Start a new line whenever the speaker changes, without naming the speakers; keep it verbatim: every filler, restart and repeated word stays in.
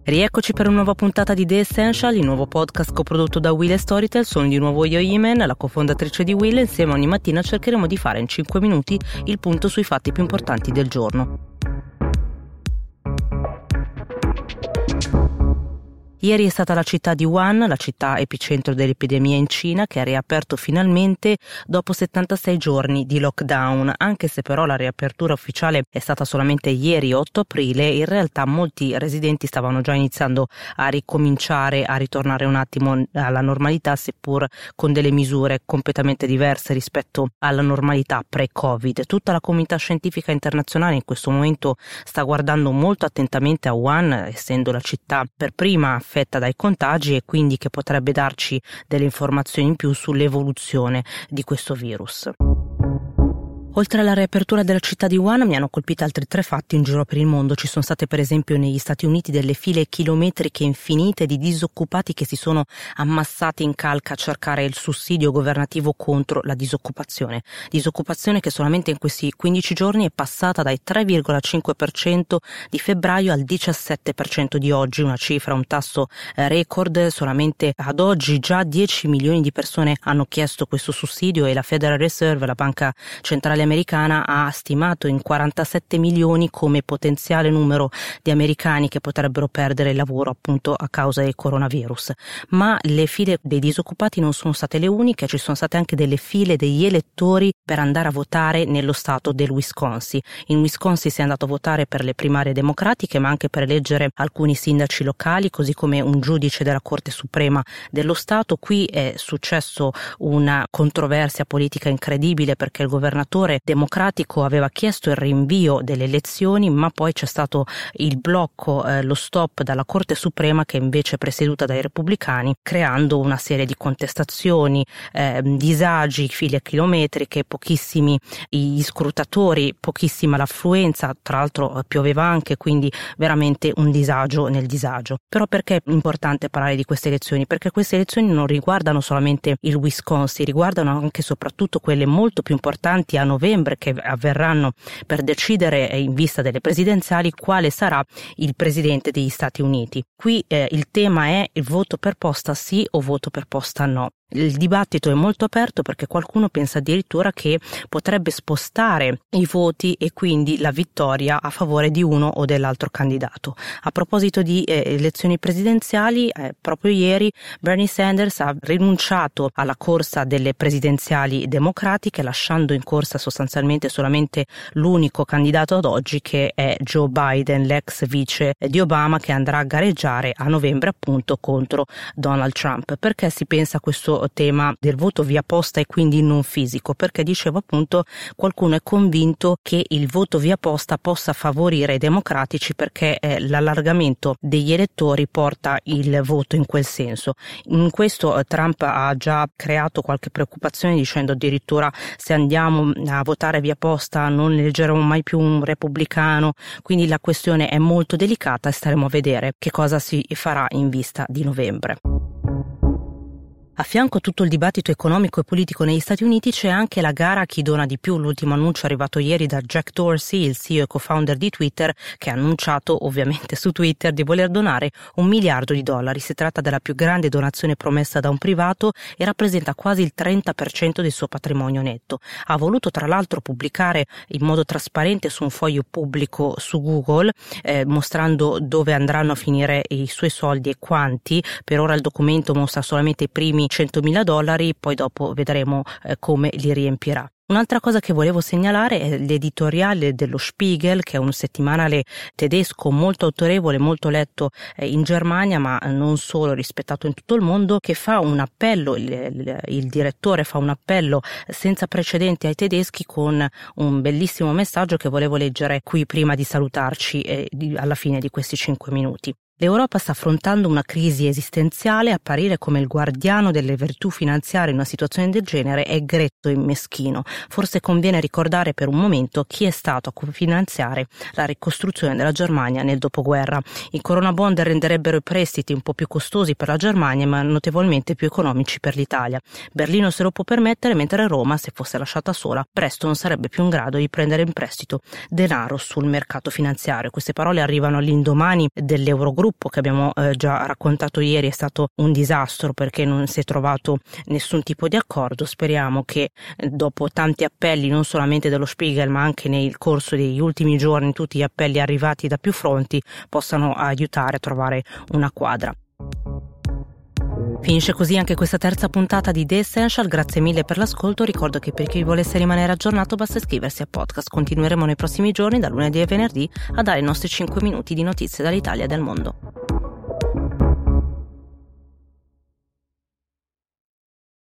Rieccoci per una nuova puntata di The Essential, il nuovo podcast coprodotto da Will e Storytel. Sono di nuovo io, Imen, la cofondatrice di Will, e insieme ogni mattina cercheremo di fare in cinque minuti il punto sui fatti più importanti del giorno. Ieri è stata la città di Wuhan, la città epicentro dell'epidemia in Cina, che ha riaperto finalmente dopo settantasei giorni di lockdown. Anche se però la riapertura ufficiale è stata solamente ieri, otto aprile, in realtà molti residenti stavano già iniziando a ricominciare a ritornare un attimo alla normalità, seppur con delle misure completamente diverse rispetto alla normalità pre-Covid. Tutta la comunità scientifica internazionale in questo momento sta guardando molto attentamente a Wuhan, essendo la città per prima affetta dai contagi e quindi che potrebbe darci delle informazioni in più sull'evoluzione di questo virus. Oltre alla riapertura della città di Wuhan mi hanno colpito altri tre fatti in giro per il mondo. Ci sono state per esempio negli Stati Uniti delle file chilometriche infinite di disoccupati che si sono ammassati in calca a cercare il sussidio governativo contro la disoccupazione. Disoccupazione che solamente in questi quindici giorni è passata dai tre virgola cinque per cento di febbraio al diciassette per cento di oggi, una cifra, un tasso record. Solamente ad oggi già dieci milioni di persone hanno chiesto questo sussidio e la Federal Reserve, la banca centrale americana, ha stimato in quarantasette milioni come potenziale numero di americani che potrebbero perdere il lavoro appunto a causa del coronavirus. Ma le file dei disoccupati non sono state le uniche, ci sono state anche delle file degli elettori per andare a votare nello stato del Wisconsin. In Wisconsin si è andato a votare per le primarie democratiche, ma anche per eleggere alcuni sindaci locali, così come un giudice della Corte Suprema dello Stato. Qui è successo una controversia politica incredibile perché il governatore democratico aveva chiesto il rinvio delle elezioni, ma poi c'è stato il blocco, eh, lo stop dalla Corte Suprema, che invece è presieduta dai repubblicani, creando una serie di contestazioni, eh, disagi, file chilometriche, pochissimi gli scrutatori, pochissima l'affluenza, tra l'altro pioveva anche, quindi veramente un disagio nel disagio. Però perché è importante parlare di queste elezioni? Perché queste elezioni non riguardano solamente il Wisconsin, riguardano anche e soprattutto quelle molto più importanti a novembre, che avverranno per decidere in vista delle presidenziali quale sarà il presidente degli Stati Uniti. Qui eh, il tema è il voto per posta sì o voto per posta no. Il dibattito è molto aperto perché qualcuno pensa addirittura che potrebbe spostare i voti e quindi la vittoria a favore di uno o dell'altro candidato. A proposito di eh, elezioni presidenziali, eh, proprio ieri Bernie Sanders ha rinunciato alla corsa delle presidenziali democratiche, lasciando in corsa sostanzialmente solamente l'unico candidato ad oggi, che è Joe Biden, l'ex vice di Obama, che andrà a gareggiare a novembre appunto contro Donald Trump. Perché si pensa a questo tema del voto via posta e quindi non fisico? Perché, dicevo appunto, qualcuno è convinto che il voto via posta possa favorire i democratici perché eh, l'allargamento degli elettori porta il voto in quel senso. In questo eh, Trump ha già creato qualche preoccupazione, dicendo addirittura: se andiamo a votare via posta non eleggeremo mai più un repubblicano. Quindi la questione è molto delicata e staremo a vedere che cosa si farà in vista di novembre. A fianco a tutto il dibattito economico e politico negli Stati Uniti c'è anche la gara a chi dona di più. L'ultimo annuncio arrivato ieri da Jack Dorsey, il C E O e co-founder di Twitter, che ha annunciato ovviamente su Twitter di voler donare un miliardo di dollari. Si tratta della più grande donazione promessa da un privato e rappresenta quasi il trenta per cento del suo patrimonio netto. Ha voluto tra l'altro pubblicare in modo trasparente su un foglio pubblico su Google, eh, mostrando dove andranno a finire i suoi soldi e quanti. Per ora il documento mostra solamente i primi centomila dollari, poi dopo vedremo eh, come li riempirà. Un'altra cosa che volevo segnalare è l'editoriale dello Spiegel, che è un settimanale tedesco molto autorevole, molto letto eh, in Germania, ma non solo, rispettato in tutto il mondo, che fa un appello, il, il, il direttore fa un appello senza precedenti ai tedeschi con un bellissimo messaggio che volevo leggere qui prima di salutarci eh, di, alla fine di questi cinque minuti. L'Europa sta affrontando una crisi esistenziale. Apparire come il guardiano delle virtù finanziarie in una situazione del genere è gretto e meschino. Forse conviene ricordare per un momento chi è stato a cofinanziare la ricostruzione della Germania nel dopoguerra. I Corona Bond renderebbero i prestiti un po' più costosi per la Germania, ma notevolmente più economici per l'Italia. Berlino se lo può permettere, mentre Roma, se fosse lasciata sola, presto non sarebbe più in grado di prendere in prestito denaro sul mercato finanziario. Queste parole arrivano all'indomani dell'Eurogruppo, gruppo che abbiamo eh, già raccontato ieri è stato un disastro perché non si è trovato nessun tipo di accordo. Speriamo che eh, dopo tanti appelli, non solamente dello Spiegel ma anche nel corso degli ultimi giorni, tutti gli appelli arrivati da più fronti possano aiutare a trovare una quadra. Finisce così anche questa terza puntata di The Essential, grazie mille per l'ascolto. Ricordo che per chi volesse rimanere aggiornato basta iscriversi a podcast. Continueremo nei prossimi giorni, da lunedì e venerdì, a dare i nostri cinque minuti di notizie dall'Italia e dal mondo.